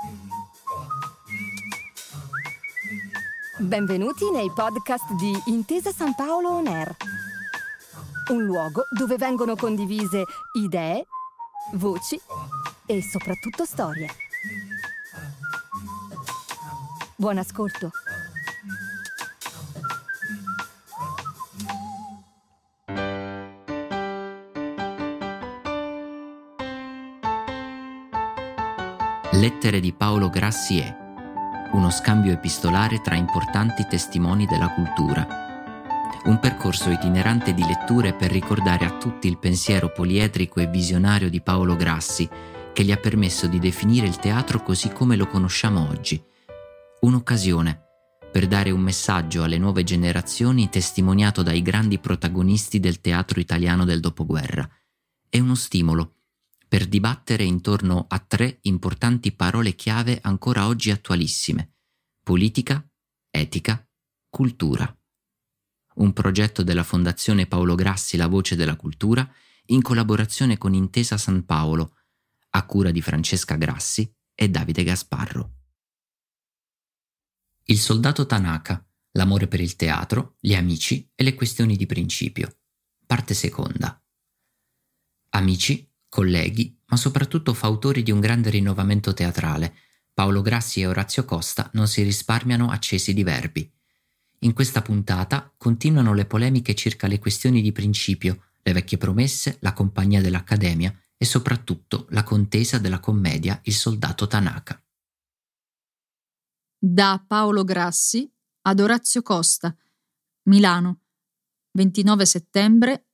Benvenuti nei podcast di Intesa San Paolo On Air, un luogo dove vengono condivise idee, voci e soprattutto storie. Buon ascolto. Lettere di Paolo Grassi è uno scambio epistolare tra importanti testimoni della cultura, un percorso itinerante di letture per ricordare a tutti il pensiero poliedrico e visionario di Paolo Grassi, che gli ha permesso di definire il teatro così come lo conosciamo oggi. Un'occasione per dare un messaggio alle nuove generazioni testimoniato dai grandi protagonisti del teatro italiano del dopoguerra. È uno stimolo per dibattere intorno a 3 importanti parole chiave ancora oggi attualissime: politica, etica, cultura. Un progetto della Fondazione Paolo Grassi La Voce della Cultura in collaborazione con Intesa San Paolo, a cura di Francesca Grassi e Davide Gasparro. Il soldato Tanaka, l'amore per il teatro, gli amici e le questioni di principio. Parte seconda. Amici, colleghi, ma soprattutto fautori di un grande rinnovamento teatrale, Paolo Grassi e Orazio Costa non si risparmiano accesi di verbi. In questa puntata continuano le polemiche circa le questioni di principio, le vecchie promesse, la compagnia dell'Accademia e soprattutto la contesa della commedia Il soldato Tanaka. Da Paolo Grassi ad Orazio Costa, Milano, 29 settembre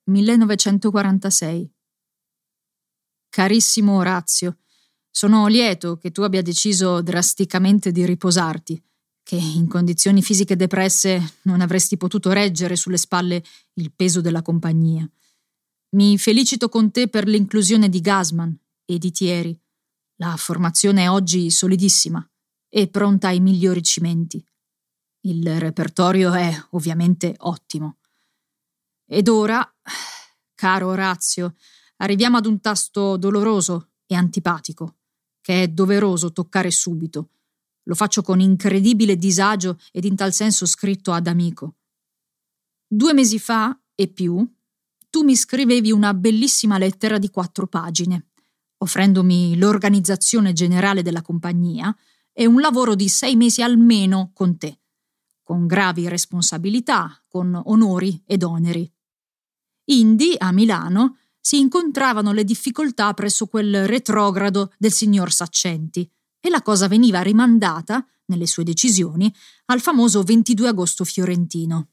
1946. Carissimo Orazio, sono lieto che tu abbia deciso drasticamente di riposarti, che in condizioni fisiche depresse non avresti potuto reggere sulle spalle il peso della compagnia. Mi felicito con te per l'inclusione di Gassman e di Thieri. La formazione è oggi solidissima e pronta ai migliori cimenti. Il repertorio è ovviamente ottimo. Ed ora, caro Orazio, arriviamo ad un tasto doloroso e antipatico, che è doveroso toccare subito. Lo faccio con incredibile disagio ed in tal senso scritto ad amico. 2 mesi fa e più, tu mi scrivevi una bellissima lettera di 4 pagine, offrendomi l'organizzazione generale della compagnia e un lavoro di 6 mesi almeno con te, con gravi responsabilità, con onori ed oneri. Indi, a Milano, si incontravano le difficoltà presso quel retrogrado del signor Saccenti e la cosa veniva rimandata, nelle sue decisioni, al famoso 22 agosto fiorentino.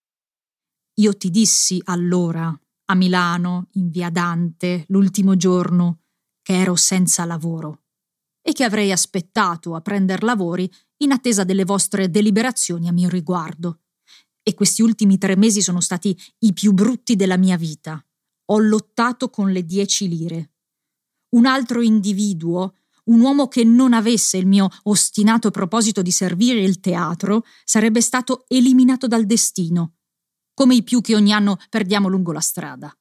Io ti dissi allora, a Milano, in via Dante, l'ultimo giorno, che ero senza lavoro e che avrei aspettato a prender lavori in attesa delle vostre deliberazioni a mio riguardo. E questi ultimi 3 mesi sono stati i più brutti della mia vita. Ho lottato con le 10 lire. Un altro individuo, un uomo che non avesse il mio ostinato proposito di servire il teatro, sarebbe stato eliminato dal destino, come i più che ogni anno perdiamo lungo la strada.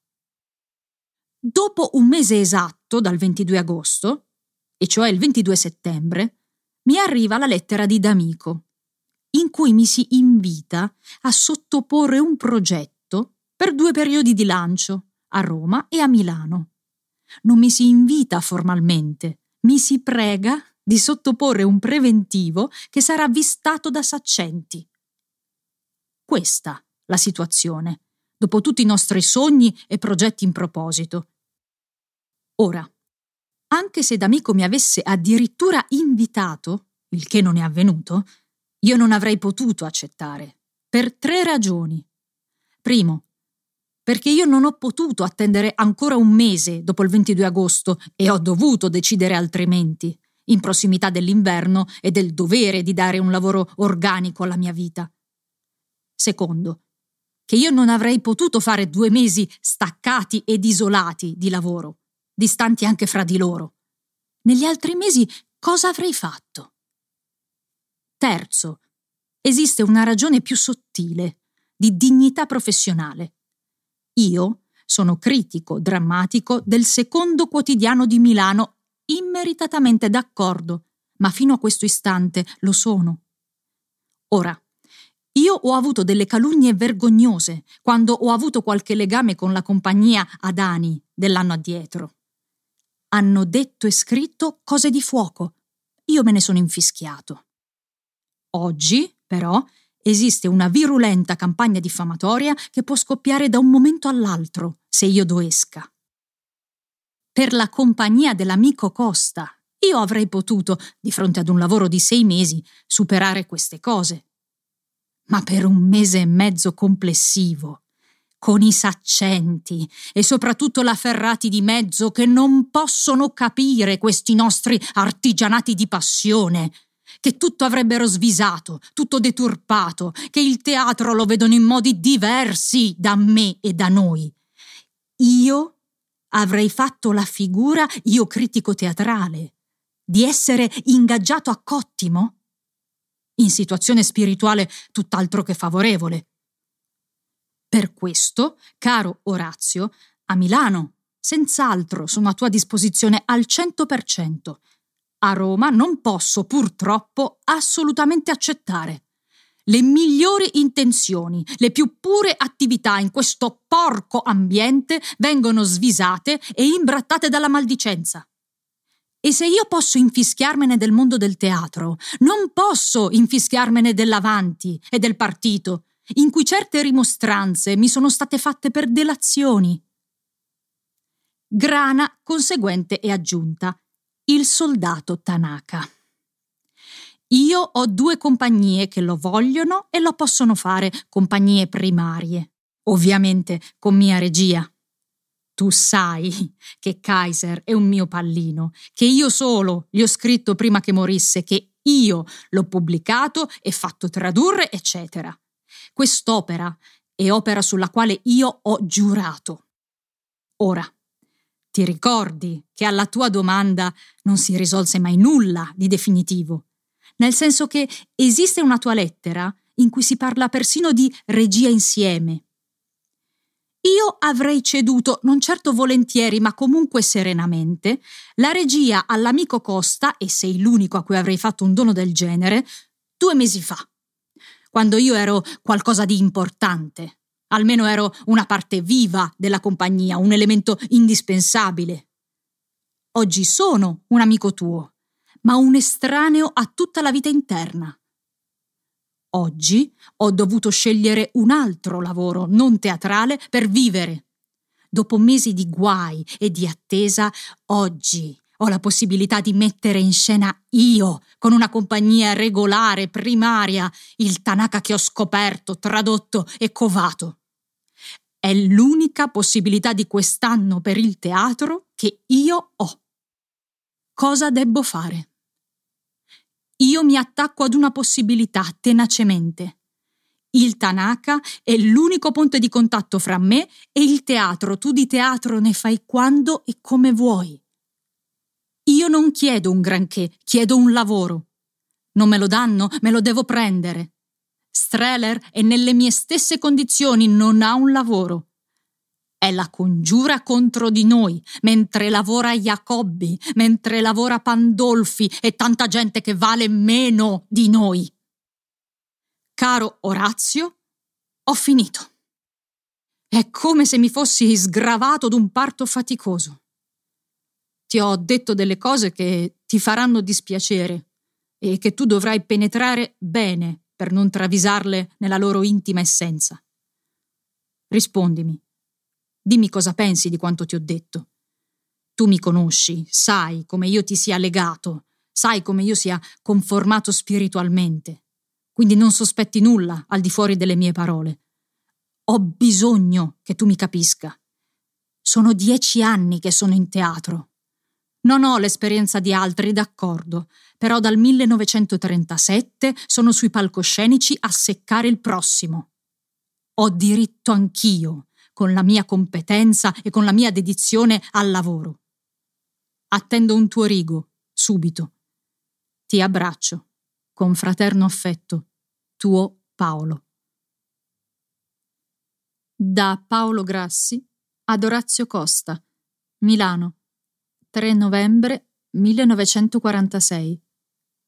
Dopo un mese esatto, dal 22 agosto, e cioè il 22 settembre, mi arriva la lettera di D'Amico, in cui mi si invita a sottoporre un progetto per 2 periodi di lancio, a Roma e a Milano. Non mi si invita formalmente, mi si prega di sottoporre un preventivo che sarà avvistato da Saccenti. Questa la situazione, dopo tutti i nostri sogni e progetti in proposito. Ora, anche se D'Amico mi avesse addirittura invitato, il che non è avvenuto, io non avrei potuto accettare, per 3 ragioni. Primo, perché io non ho potuto attendere ancora un mese dopo il 22 agosto e ho dovuto decidere altrimenti, in prossimità dell'inverno e del dovere di dare un lavoro organico alla mia vita. Secondo, che io non avrei potuto fare 2 mesi staccati ed isolati di lavoro, distanti anche fra di loro. Negli altri mesi cosa avrei fatto? Terzo, esiste una ragione più sottile, di dignità professionale. Io sono critico drammatico del Secondo Quotidiano di Milano, immeritatamente d'accordo, ma fino a questo istante lo sono. Ora, io ho avuto delle calunnie vergognose quando ho avuto qualche legame con la compagnia Adani dell'anno addietro. Hanno detto e scritto cose di fuoco. Io me ne sono infischiato. Oggi, però, esiste una virulenta campagna diffamatoria che può scoppiare da un momento all'altro, se io doesca. Per la compagnia dell'amico Costa, io avrei potuto, di fronte ad un lavoro di 6 mesi, superare queste cose. Ma per 1 mese e mezzo complessivo, con i saccenti e soprattutto la Ferrati di mezzo che non possono capire questi nostri artigianati di passione, che tutto avrebbero svisato, tutto deturpato, che il teatro lo vedono in modi diversi da me e da noi. Io avrei fatto la figura, io critico teatrale, di essere ingaggiato a cottimo? In situazione spirituale tutt'altro che favorevole. Per questo, caro Orazio, a Milano, senz'altro sono a tua disposizione al 100%. A Roma non posso purtroppo assolutamente accettare. Le migliori intenzioni, le più pure attività in questo porco ambiente vengono svisate e imbrattate dalla maldicenza. E se io posso infischiarmene del mondo del teatro, non posso infischiarmene dell'Avanti e del partito, in cui certe rimostranze mi sono state fatte per delazioni. Grana conseguente e aggiunta: il soldato Tanaka. Io ho 2 compagnie che lo vogliono e lo possono fare, compagnie primarie, ovviamente con mia regia. Tu sai che Kaiser è un mio pallino, che io solo gli ho scritto prima che morisse, che io l'ho pubblicato e fatto tradurre, eccetera. Quest'opera è opera sulla quale io ho giurato. Ora, ti ricordi che alla tua domanda non si risolse mai nulla di definitivo, nel senso che esiste una tua lettera in cui si parla persino di regia insieme. Io avrei ceduto, non certo volentieri, ma comunque serenamente, la regia all'amico Costa, e sei l'unico a cui avrei fatto un dono del genere, 2 mesi fa, quando io ero qualcosa di importante. Almeno ero una parte viva della compagnia, un elemento indispensabile. Oggi sono un amico tuo, ma un estraneo a tutta la vita interna. Oggi ho dovuto scegliere un altro lavoro non teatrale per vivere. Dopo mesi di guai e di attesa, oggi ho la possibilità di mettere in scena io, con una compagnia regolare, primaria, il Tanaka che ho scoperto, tradotto e covato. È l'unica possibilità di quest'anno per il teatro che io ho. Cosa debbo fare? Io mi attacco ad una possibilità tenacemente. Il Tanaka è l'unico ponte di contatto fra me e il teatro. Tu di teatro ne fai quando e come vuoi. Io non chiedo un granché, chiedo un lavoro. Non me lo danno, me lo devo prendere. Strehler è nelle mie stesse condizioni, non ha un lavoro. È la congiura contro di noi, mentre lavora Jacobbi, mentre lavora Pandolfi e tanta gente che vale meno di noi. Caro Orazio, ho finito. È come se mi fossi sgravato d'un parto faticoso. Ti ho detto delle cose che ti faranno dispiacere e che tu dovrai penetrare bene per non travisarle nella loro intima essenza. Rispondimi. Dimmi cosa pensi di quanto ti ho detto. Tu mi conosci, sai come io ti sia legato, sai come io sia conformato spiritualmente, quindi non sospetti nulla al di fuori delle mie parole. Ho bisogno che tu mi capisca. Sono 10 anni che sono in teatro. Non ho l'esperienza di altri, d'accordo, però dal 1937 sono sui palcoscenici a seccare il prossimo. Ho diritto anch'io, con la mia competenza e con la mia dedizione al lavoro. Attendo un tuo rigo, subito. Ti abbraccio, con fraterno affetto, tuo Paolo. Da Paolo Grassi ad Orazio Costa, Milano, 3 novembre 1946.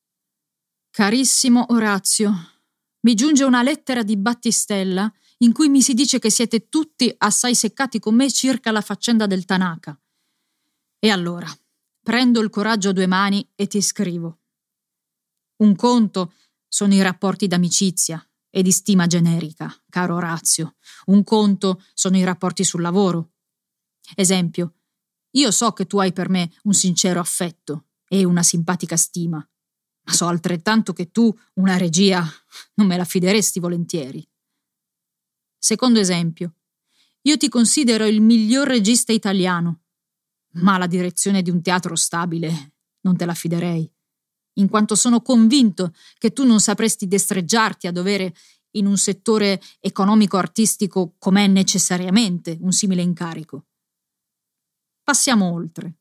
Carissimo Orazio, mi giunge una lettera di Battistella in cui mi si dice che siete tutti assai seccati con me circa la faccenda del Tanaka. E allora, prendo il coraggio a 2 mani e ti scrivo. Un conto sono i rapporti d'amicizia e di stima generica, caro Orazio. Un conto sono i rapporti sul lavoro. Esempio, io so che tu hai per me un sincero affetto e una simpatica stima, ma so altrettanto che tu una regia non me la affideresti volentieri. Secondo esempio, io ti considero il miglior regista italiano, ma la direzione di un teatro stabile non te la affiderei, in quanto sono convinto che tu non sapresti destreggiarti a dovere in un settore economico-artistico com'è necessariamente un simile incarico. Passiamo oltre.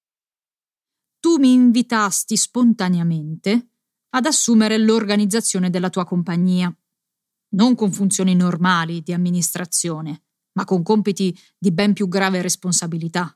Tu mi invitasti spontaneamente ad assumere l'organizzazione della tua compagnia, non con funzioni normali di amministrazione, ma con compiti di ben più grave responsabilità.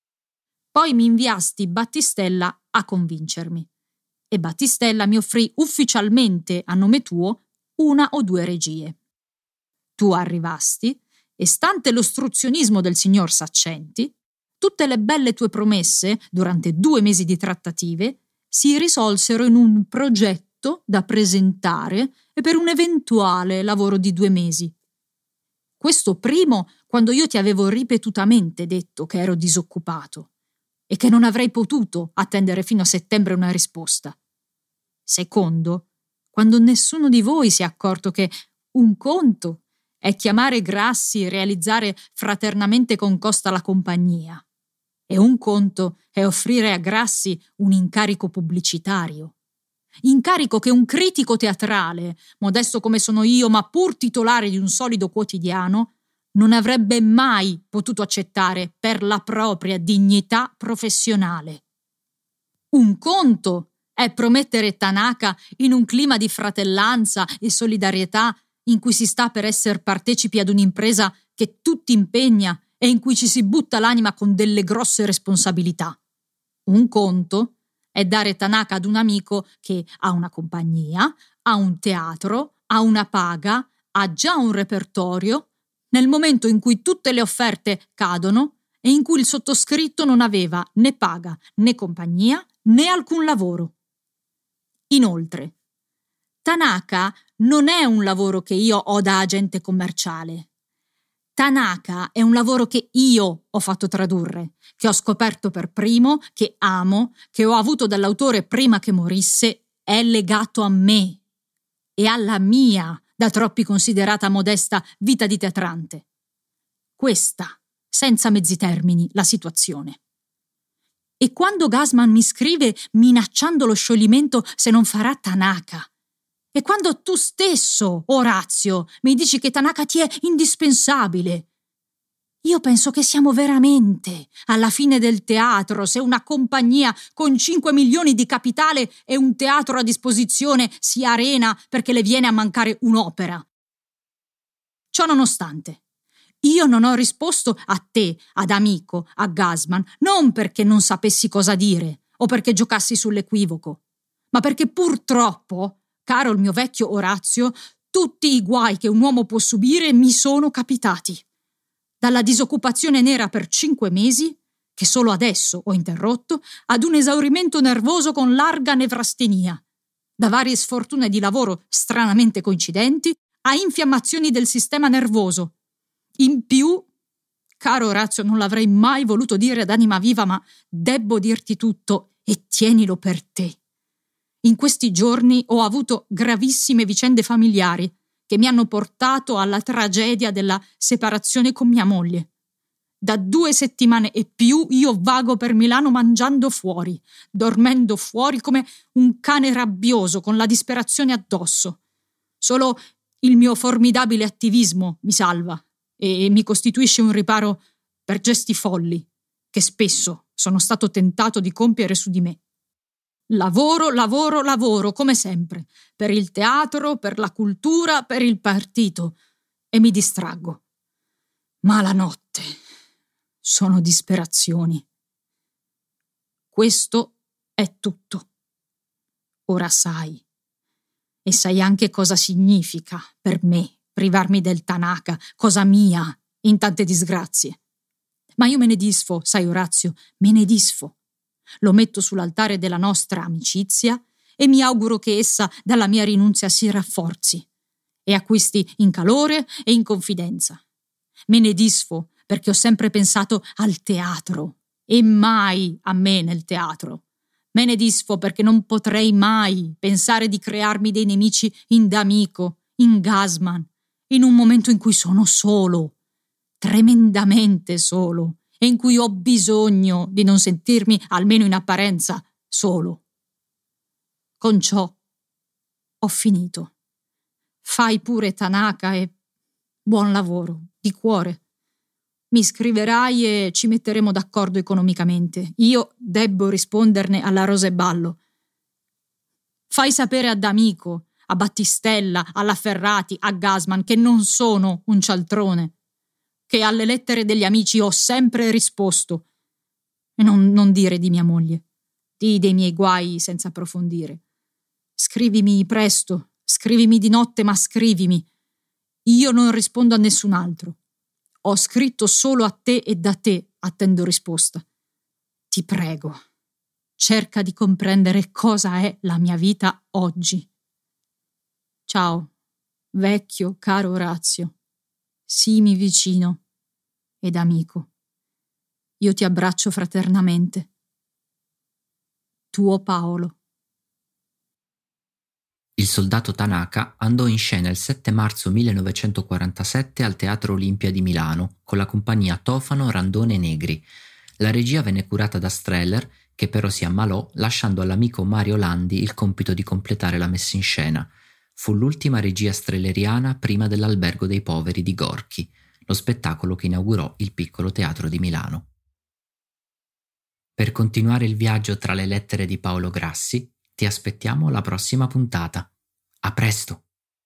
Poi mi inviasti Battistella a convincermi, e Battistella mi offrì ufficialmente a nome tuo 1 o 2 regie. Tu arrivasti e, stante l'ostruzionismo del signor Saccenti, tutte le belle tue promesse, durante 2 mesi di trattative, si risolsero in un progetto da presentare e per un eventuale lavoro di 2 mesi. Questo primo, quando io ti avevo ripetutamente detto che ero disoccupato e che non avrei potuto attendere fino a settembre una risposta. Secondo, quando nessuno di voi si è accorto che un conto è chiamare Grassi e realizzare fraternamente con Costa la compagnia, e un conto è offrire a Grassi un incarico pubblicitario. Incarico che un critico teatrale, modesto come sono io, ma pur titolare di un solido quotidiano, non avrebbe mai potuto accettare per la propria dignità professionale. Un conto è promettere Tanaka in un clima di fratellanza e solidarietà in cui si sta per essere partecipi ad un'impresa che tutti impegna e in cui ci si butta l'anima con delle grosse responsabilità. Un conto è dare Tanaka ad un amico che ha una compagnia, ha un teatro, ha una paga, ha già un repertorio, nel momento in cui tutte le offerte cadono e in cui il sottoscritto non aveva né paga, né compagnia, né alcun lavoro. Inoltre, Tanaka non è un lavoro che io ho da agente commerciale. Tanaka è un lavoro che io ho fatto tradurre, che ho scoperto per primo, che amo, che ho avuto dall'autore prima che morisse, è legato a me e alla mia, da troppi considerata modesta, vita di teatrante. Questa, senza mezzi termini, la situazione. E quando Gassman mi scrive minacciando lo scioglimento se non farà Tanaka, e quando tu stesso, Orazio, mi dici che Tanaka ti è indispensabile, io penso che siamo veramente alla fine del teatro se una compagnia con 5 milioni di capitale e un teatro a disposizione si arena perché le viene a mancare un'opera. Ciò nonostante, io non ho risposto a te, ad amico, a Gassman, non perché non sapessi cosa dire o perché giocassi sull'equivoco, ma perché purtroppo, caro il mio vecchio Orazio, tutti i guai che un uomo può subire mi sono capitati. Dalla disoccupazione nera per 5 mesi, che solo adesso ho interrotto, ad un esaurimento nervoso con larga nevrastenia, da varie sfortune di lavoro stranamente coincidenti a infiammazioni del sistema nervoso. In più, caro Orazio, non l'avrei mai voluto dire ad anima viva, ma debbo dirti tutto e tienilo per te. In questi giorni ho avuto gravissime vicende familiari che mi hanno portato alla tragedia della separazione con mia moglie. Da 2 settimane e più io vago per Milano mangiando fuori, dormendo fuori come un cane rabbioso con la disperazione addosso. Solo il mio formidabile attivismo mi salva e mi costituisce un riparo per gesti folli che spesso sono stato tentato di compiere su di me. Lavoro, lavoro, lavoro, come sempre, per il teatro, per la cultura, per il partito, e mi distraggo. Ma la notte sono disperazioni. Questo è tutto. Ora sai, E sai anche cosa significa per me privarmi del Tanaka, cosa mia, in tante disgrazie. Ma io me ne disfo, sai Orazio, me ne disfo. Lo metto sull'altare della nostra amicizia e mi auguro che essa dalla mia rinunzia si rafforzi e acquisti in calore e in confidenza. Me ne disfo perché ho sempre pensato al teatro e mai a me nel teatro. Me ne disfo perché non potrei mai pensare di crearmi dei nemici in D'Amico, in Gassman, in un momento in cui sono solo, tremendamente solo, e in cui ho bisogno di non sentirmi, almeno in apparenza, solo. Con ciò ho finito. Fai pure Tanaka e buon lavoro, di cuore. Mi scriverai e ci metteremo d'accordo economicamente. Io debbo risponderne alla Roseballo. Fai sapere a D'Amico, a Battistella, alla Ferrati, a Gassman che non sono un cialtrone, che alle lettere degli amici ho sempre risposto. E non dire di mia moglie. Di dei miei guai senza approfondire. Scrivimi presto, scrivimi di notte, ma scrivimi. Io non rispondo a nessun altro. Ho scritto solo a te e da te attendo risposta. Ti prego, cerca di comprendere cosa è la mia vita oggi. Ciao, vecchio caro Orazio, simi vicino ed amico. Io ti abbraccio fraternamente. Tuo Paolo. Il soldato Tanaka andò in scena il 7 marzo 1947 al Teatro Olimpia di Milano con la compagnia Tofano, Randone e Negri. La regia venne curata da Streller, che però si ammalò, lasciando all'amico Mario Landi il compito di completare la messa in scena. Fu l'ultima regia strelleriana prima dell'Albergo dei Poveri di Gorky, lo spettacolo che inaugurò il piccolo teatro di Milano. Per continuare il viaggio tra le lettere di Paolo Grassi, ti aspettiamo alla prossima puntata. A presto!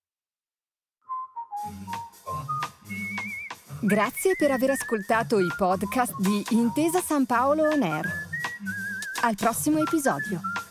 Grazie per aver ascoltato i podcast di Intesa San Paolo On Air. Al prossimo episodio.